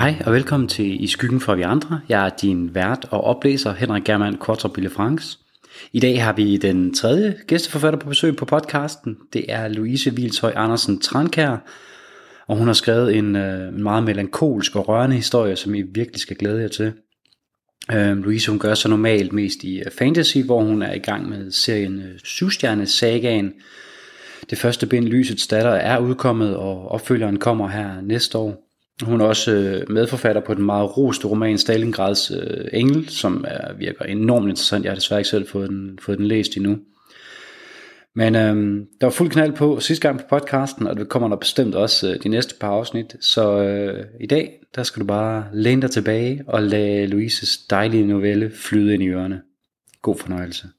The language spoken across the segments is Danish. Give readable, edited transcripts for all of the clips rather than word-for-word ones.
Hej og velkommen til I skyggen for vi andre. Jeg er din vært og oplæser Henrik Germand Qvortrup Villefranche. I dag har vi den tredje gæsteforfatter på besøg på podcasten. Det er Louise Hvilshøj Andersen Tranekjær, og hun har skrevet en meget melankolsk og rørende historie, som I virkelig skal glæde jer til. Louise hun gør så normalt mest i fantasy, hvor hun er i gang med serien Syvstjernes Sagaen. Det første bind, Lysets Datter, er udkommet, og opfølgeren kommer her næste år. Hun er også medforfatter på den meget roste roman Stalingrads Engel, som virker enormt interessant. Jeg har desværre ikke selv fået den læst endnu. Men der var fuld knald på sidste gang på podcasten, og det kommer der bestemt også de næste par afsnit. Så i dag, der skal du bare læne dig tilbage og lade Louises dejlige novelle flyde ind i ørerne. God fornøjelse.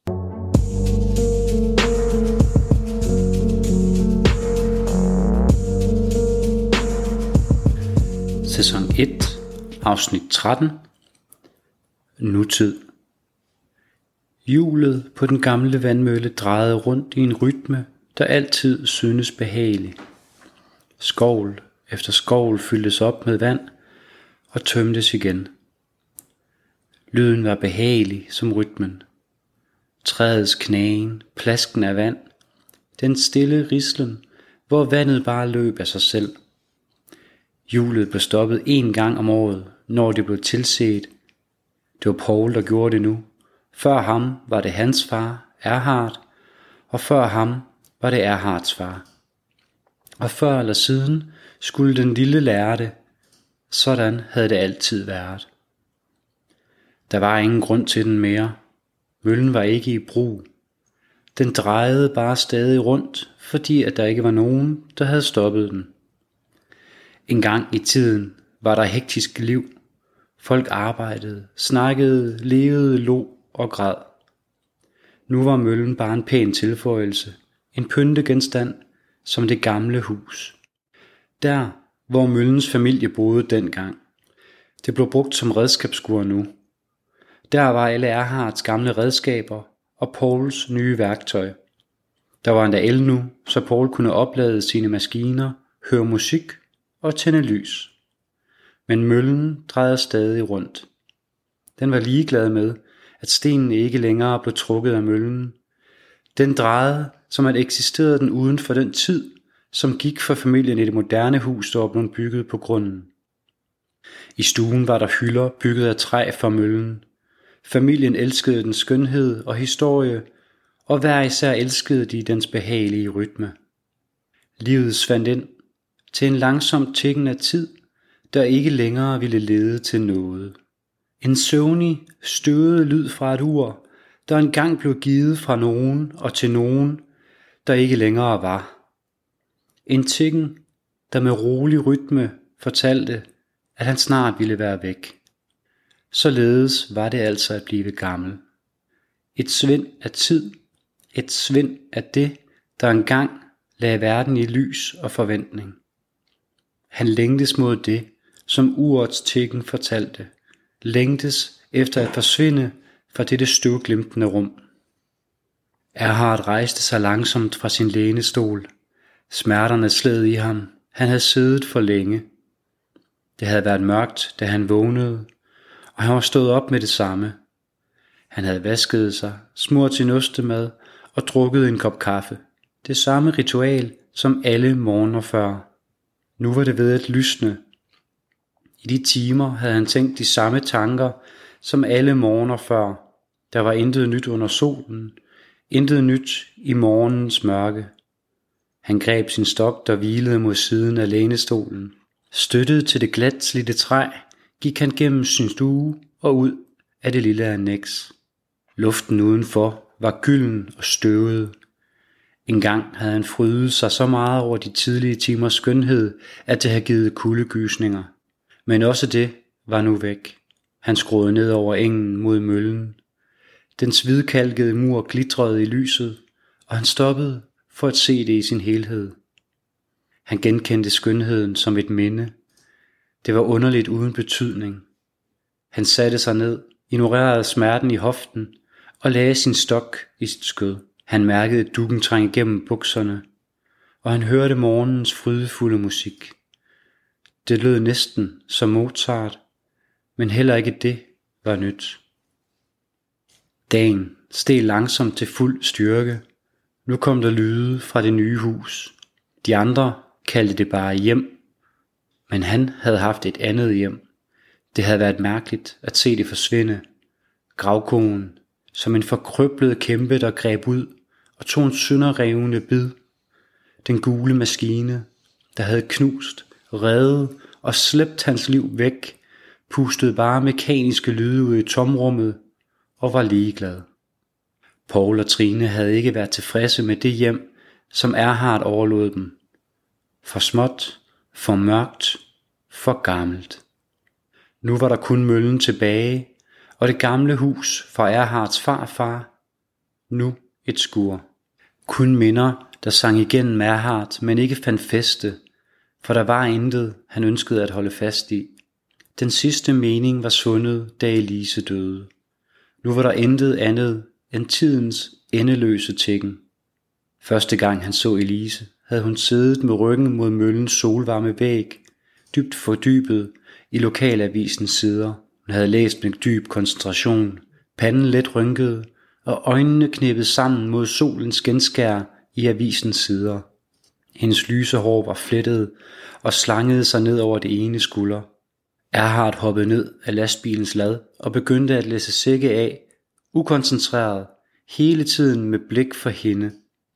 Sæson 1, afsnit 13. Nutid. Hjulet på den gamle vandmølle drejede rundt i en rytme, der altid synes behagelig. Skovl efter skovl fyldtes op med vand og tømtes igen. Lyden var behagelig som rytmen. Træets knagen, plasken af vand, den stille rislen, hvor vandet bare løb af sig selv. Hjulet blev stoppet 1 gang om året, når det blev tilset. Det var Paul, der gjorde det nu. Før ham var det hans far, Erhard, og før ham var det Erhards far. Og før eller siden skulle den lille lære det. Sådan havde det altid været. Der var ingen grund til den mere. Møllen var ikke i brug. Den drejede bare stadig rundt, fordi at der ikke var nogen, der havde stoppet den. En gang i tiden var der hektisk liv. Folk arbejdede, snakkede, levede, lå og græd. Nu var møllen bare en pæn tilføjelse, en pyntegenstand som det gamle hus. Der, hvor møllens familie boede dengang. Det blev brugt som redskabsskur nu. Der var alle Erhards gamle redskaber og Pauls nye værktøj. Der var endda el nu, så Paul kunne oplade sine maskiner, høre musik og tænde lys. Men møllen drejede stadig rundt. Den var ligeglad med, at stenen ikke længere blev trukket af møllen. Den drejede, som at eksisterede den uden for den tid, som gik for familien i det moderne hus, der var blevet bygget på grunden. I stuen var der hylder bygget af træ for møllen. Familien elskede dens skønhed og historie, og hver især elskede de dens behagelige rytme. Livet svandt ind til en langsomt tikken af tid, der ikke længere ville lede til noget. En søvnig, støvede lyd fra et ur, der engang blev givet fra nogen og til nogen, der ikke længere var. En tikken, der med rolig rytme fortalte, at han snart ville være væk. Således var det altså at blive gammel. Et svind af tid, et svind af det, der engang lagde verden i lys og forventning. Han længtes mod det, som urets tikken fortalte, længtes efter at forsvinde fra dette støvglimtende rum. Erhard rejste sig langsomt fra sin lænestol. Smerterne sled i ham. Han havde siddet for længe. Det havde været mørkt, da han vågnede, og han var stået op med det samme. Han havde vasket sig, smurt sin ostemad og drukket en kop kaffe. Det samme ritual som alle morgener før. Nu var det ved at lysne. I de timer havde han tænkt de samme tanker som alle morgener før. Der var intet nyt under solen, intet nyt i morgenens mørke. Han greb sin stok, der hvilede mod siden af lænestolen. Støttet til det glat slidte træ, gik han gennem sin stue og ud af det lille anneks. Luften udenfor var gylden og støvet. En gang havde han frydet sig så meget over de tidlige timers skønhed, at det havde givet kuldegysninger. Men også det var nu væk. Han skruede ned over engen mod møllen. Den hvidkalkede mur glitrede i lyset, og han stoppede for at se det i sin helhed. Han genkendte skønheden som et minde. Det var underligt uden betydning. Han satte sig ned, ignorerede smerten i hoften og lagde sin stok i sit skød. Han mærkede dukken trænge gennem bukserne, og han hørte morgenens frydefulde musik. Det lød næsten som Mozart, men heller ikke det var nyt. Dagen steg langsomt til fuld styrke. Nu kom der lyde fra det nye hus. De andre kaldte det bare hjem, men han havde haft et andet hjem. Det havde været mærkeligt at se det forsvinde. Gravkonen, som en forkrøblet kæmpe, der greb ud og tog en sønderrevne bid. Den gule maskine, der havde knust, revet og slæbt hans liv væk, pustede bare mekaniske lyde ud i tomrummet og var ligeglad. Paul og Trine havde ikke været tilfredse med det hjem, som Erhard overlod dem. For småt, for mørkt, for gammelt. Nu var der kun møllen tilbage, og det gamle hus fra Erhards farfar. Nu et skur. Kun minder, der sang igennem Erhard, men ikke fandt fæste, for der var intet, han ønskede at holde fast i. Den sidste mening var svundet, da Elise døde. Nu var der intet andet end tidens endeløse tikken. Første gang han så Elise, havde hun siddet med ryggen mod møllens solvarme væg, dybt fordybet i lokalavisens sider. Hun havde læst med dyb koncentration, panden let rynket og øjnene knippet sammen mod solens genskær i avisens sider. Hendes lyse hår var flettet og slangede sig ned over det ene skulder. Erhard hoppede ned af lastbilens lad og begyndte at læse sække af, ukoncentreret, hele tiden med blik for hende.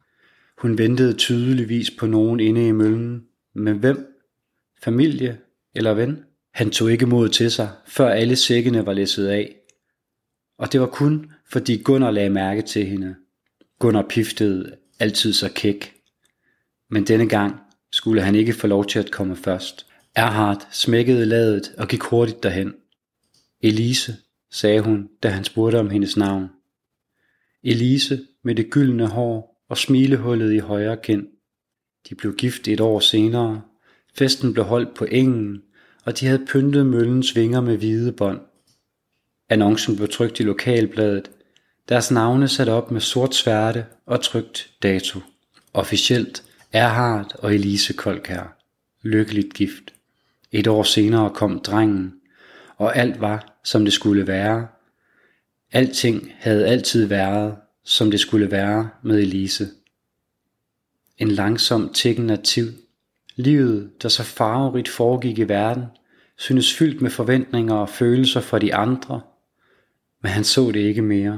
Hun ventede tydeligvis på nogen inde i møllen, men hvem? Familie eller ven? Han tog ikke mod til sig, før alle sækkene var læsset af. Og det var kun, fordi Gunnar lagde mærke til hende. Gunnar piftede altid så kæk. Men denne gang skulle han ikke få lov til at komme først. Erhard smækkede ladet og gik hurtigt derhen. Elise, sagde hun, da han spurgte om hendes navn. Elise med det gyldne hår og smilehullet i højre kind. De blev gift et år senere. Festen blev holdt på engen, og de havde pyntet møllens vinger med hvide bånd. Annoncen blev trykt i lokalbladet. Deres navne sat op med sort sværte og trykt dato. Officielt Erhard og Elise Kolkær. Lykkeligt gift. Et år senere kom drengen, og alt var, som det skulle være. Alting havde altid været, som det skulle være med Elise. En langsom tikken af tid. Livet, der så farverigt foregik i verden, syntes fyldt med forventninger og følelser for de andre, men han så det ikke mere.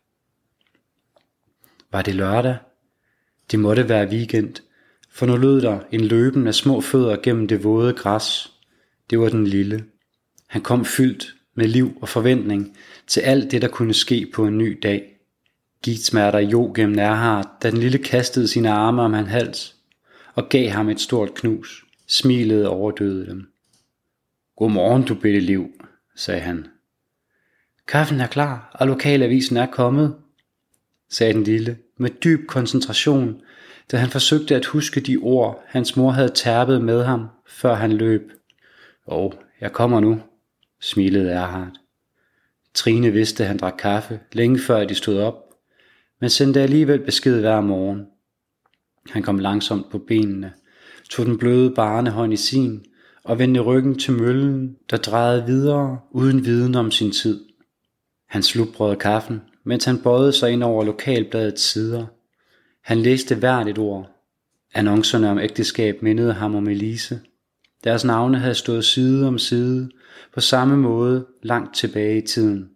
Var det lørdag? Det måtte være weekend, for nu lød der en løben af små fødder gennem det våde græs. Det var den lille. Han kom fyldt med liv og forventning til alt det, der kunne ske på en ny dag. Gigtsmerter jo gennem Erhard, da den lille kastede sine arme om hans hals og gav ham et stort knus. Smilet overdøde dem. Godmorgen, du bitte liv, sagde han. Kaffen er klar, og lokalavisen er kommet, sagde den lille med dyb koncentration, da han forsøgte at huske de ord, hans mor havde terpet med ham, før han løb. Jeg kommer nu, smilede Erhard. Trine vidste, at han drak kaffe, længe før de stod op, men sendte alligevel besked hver morgen. Han kom langsomt på benene, tog den bløde barnehånd i sin og vendte ryggen til møllen, der drejede videre uden viden om sin tid. Han slubbrød kaffen, mens han bøjede sig ind over lokalbladets sider. Han læste hvert et ord. Annoncerne om ægteskab mindede ham om Elise. Deres navne havde stået side om side på samme måde langt tilbage i tiden.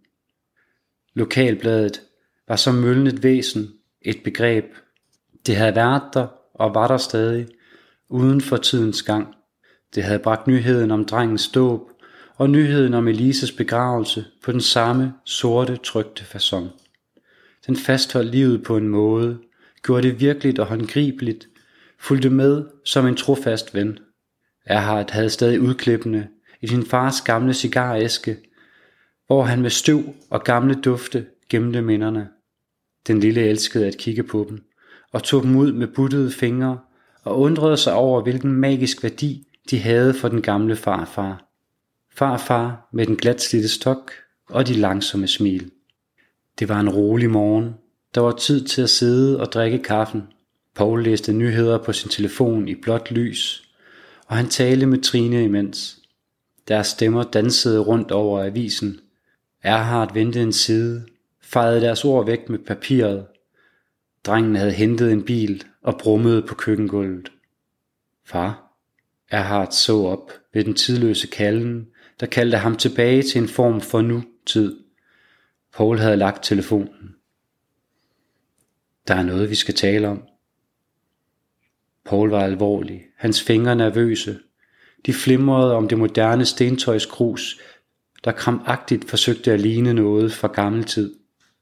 Lokalbladet var som møllen et væsen, et begreb. Det havde været der og var der stadig, uden for tidens gang. Det havde bragt nyheden om drengens dåb og nyheden om Elises begravelse på den samme sorte trykte facon. Den fastholdt livet på en måde, gjorde det virkeligt og håndgribeligt, fulgte med som en trofast ven. Erhard havde stadig udklippene i sin fars gamle cigaræske, hvor han med støv og gamle dufte gemte minderne. Den lille elskede at kigge på dem, og tog dem ud med buttede fingre, og undrede sig over, hvilken magisk værdi de havde for den gamle farfar. Farfar med den glatslidte stok og de langsomme smil. Det var en rolig morgen. Der var tid til at sidde og drikke kaffen. Paul læste nyheder på sin telefon i blåt lys, og han talte med Trine imens. Deres stemmer dansede rundt over avisen. Erhard vendte en side, fejede deres ord væk med papiret. Drengen havde hentet en bil og brummede på køkkengulvet. Far? Erhard så op ved den tidløse kalden, der kaldte ham tilbage til en form for nu-tid. Poul havde lagt telefonen. Der er noget, vi skal tale om. Poul var alvorlig, hans fingre nervøse. De flimrede om det moderne stentøjskrus, der krampagtigt forsøgte at ligne noget fra gammel tid.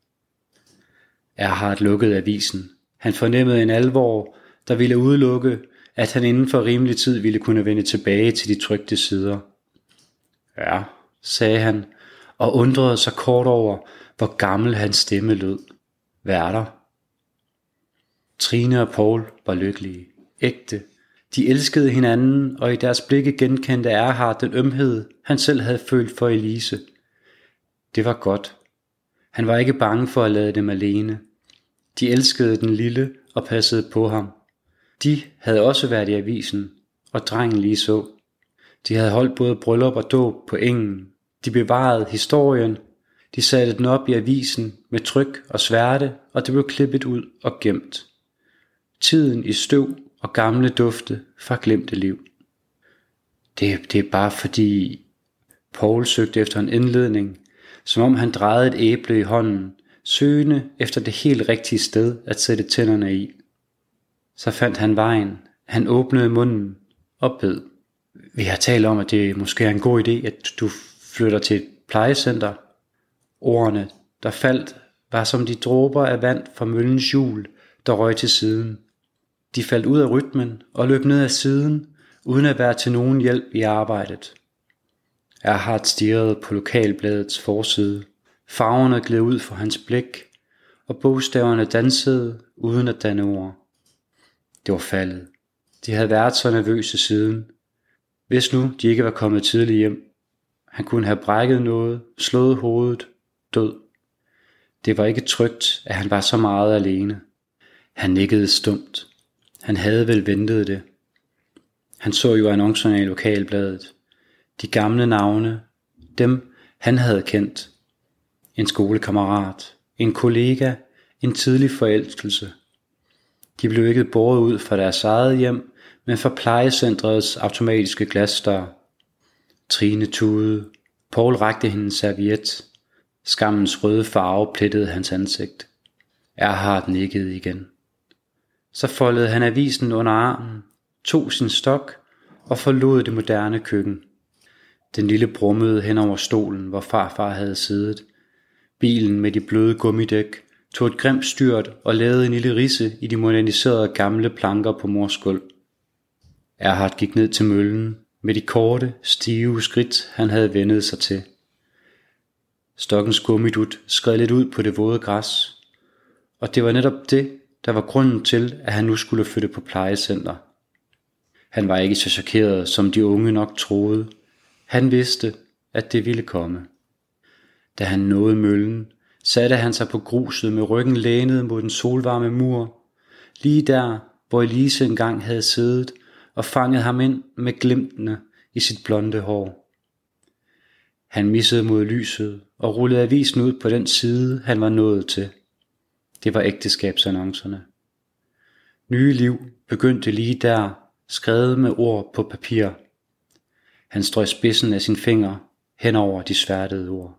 Erhard lukkede avisen. Han fornemmede en alvor, der ville udelukke, at han inden for rimelig tid ville kunne vende tilbage til de trykte sider. Ja, sagde han, og undrede sig kort over, hvor gammel hans stemme lød. Hvad er der? Trine og Poul var lykkelige, ægte. De elskede hinanden, og i deres blikke genkendte Erhard den ømhed, han selv havde følt for Elise. Det var godt. Han var ikke bange for at lade dem alene. De elskede den lille og passede på ham. De havde også været i avisen, og drengen lige så. De havde holdt både bryllup og dåb på engen. De bevarede historien. De satte den op i avisen med tryk og sværte, og det blev klippet ud og gemt. Tiden i støv og gamle dufte fra glemte liv. Det er bare fordi Poul søgte efter en indledning, som om han drejede et æble i hånden, søgende efter det helt rigtige sted at sætte tænderne i. Så fandt han vejen. Han åbnede munden og bed. Vi har talt om, at det måske er en god idé, at du flytter til et plejecenter. Ordene, der faldt, var som de dråber af vand fra møllens hjul, der røg til siden. De faldt ud af rytmen og løb ned ad siden, uden at være til nogen hjælp i arbejdet. Erhard stirrede på lokalbladets forside. Farverne gled ud fra hans blik, og bogstaverne dansede uden at danne ord. Det var faldet. De havde været så nervøse siden. Hvis nu de ikke var kommet tidligt hjem. Han kunne have brækket noget, slået hovedet, død. Det var ikke trygt, at han var så meget alene. Han nikkede stumt. Han havde vel ventet det. Han så jo annoncerne i lokalbladet. De gamle navne. Dem han havde kendt. En skolekammerat. En kollega. En tidlig forelskelse. De blev ikke båret ud fra deres eget hjem, men fra plejecentrets automatiske glasdør. Trine tudede. Poul rakte hende en serviet. Skammens røde farve plettede hans ansigt. Erhard nikkede igen. Så foldede han avisen under armen, tog sin stok og forlod det moderne køkken. Den lille brummede hen over stolen, hvor farfar havde siddet. Bilen med de bløde gummidæk tog et grimt styrt og lavede en lille ridse i de moderniserede gamle planker på mors gulv. Erhard gik ned til møllen med de korte, stive skridt, han havde vendet sig til. Stokkens gummidut skred lidt ud på det våde græs, og det var netop det, der var grunden til, at han nu skulle flytte på plejecenter. Han var ikke så chokeret, som de unge nok troede. Han vidste, at det ville komme. Da han nåede møllen, satte han sig på gruset med ryggen lænet mod den solvarme mur, lige der, hvor Elise engang havde siddet og fanget ham ind med glimtene i sit blonde hår. Han missede mod lyset og rullede avisen ud på den side, han var nået til. Det var ægteskabsannoncerne. Nye liv begyndte lige der, skrevet med ord på papir. Han strøg spidsen af sin finger hen over de sværtede ord.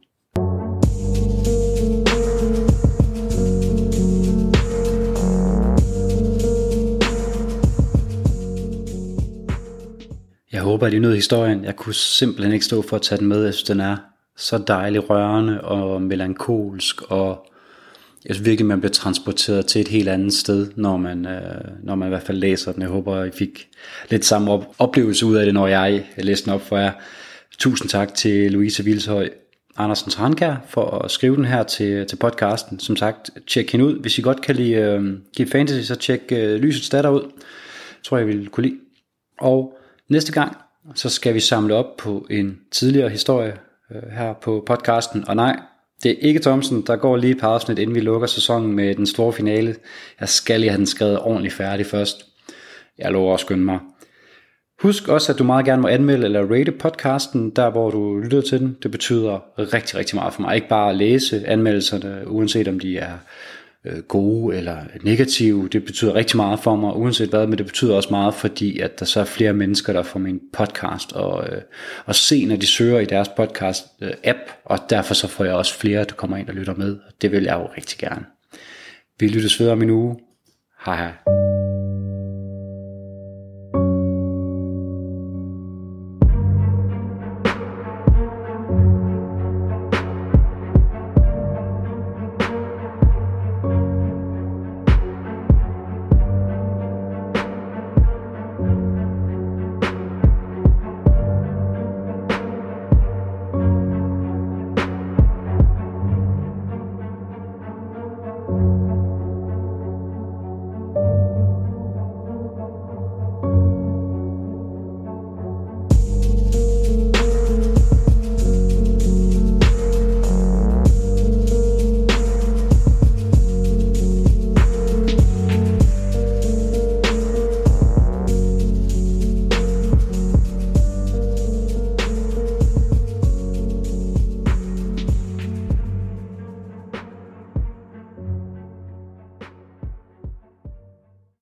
Jeg håber, at I nød historien. Jeg kunne simpelthen ikke stå for at tage den med. Jeg synes, den er så dejlig rørende og melankolsk, og jeg synes virkelig, man bliver transporteret til et helt andet sted, når man i hvert fald læser den. Jeg håber, I fik lidt samme oplevelse ud af det, når jeg læste den op for jer. Tusind tak til Louise Vilshøj Andersen Transkær for at skrive den her til podcasten. Som sagt, tjek hende ud. Hvis I godt kan lide fantasy, så tjek Lysets Datter ud. Tror jeg vil kunne lide. Og næste gang, så skal vi samle op på en tidligere historie her på podcasten. Og nej, det er ikke Thomsen, der går lige et par afsnit, inden vi lukker sæsonen med den store finale. Jeg skal lige have den skrevet ordentligt færdig først. Jeg lover at skynde mig. Husk også, at du meget gerne må anmelde eller rate podcasten, der hvor du lytter til den. Det betyder rigtig, rigtig meget for mig. Ikke bare at læse anmeldelserne, uanset om de er gode eller negative. Det betyder rigtig meget for mig, uanset hvad, men det betyder også meget, fordi at der så er flere mennesker, der får min podcast og se, når de søger i deres podcast app, og derfor så får jeg også flere, der kommer ind og lytter med. Det vil jeg jo rigtig gerne. Vi lyttes videre om en uge. Hej hej.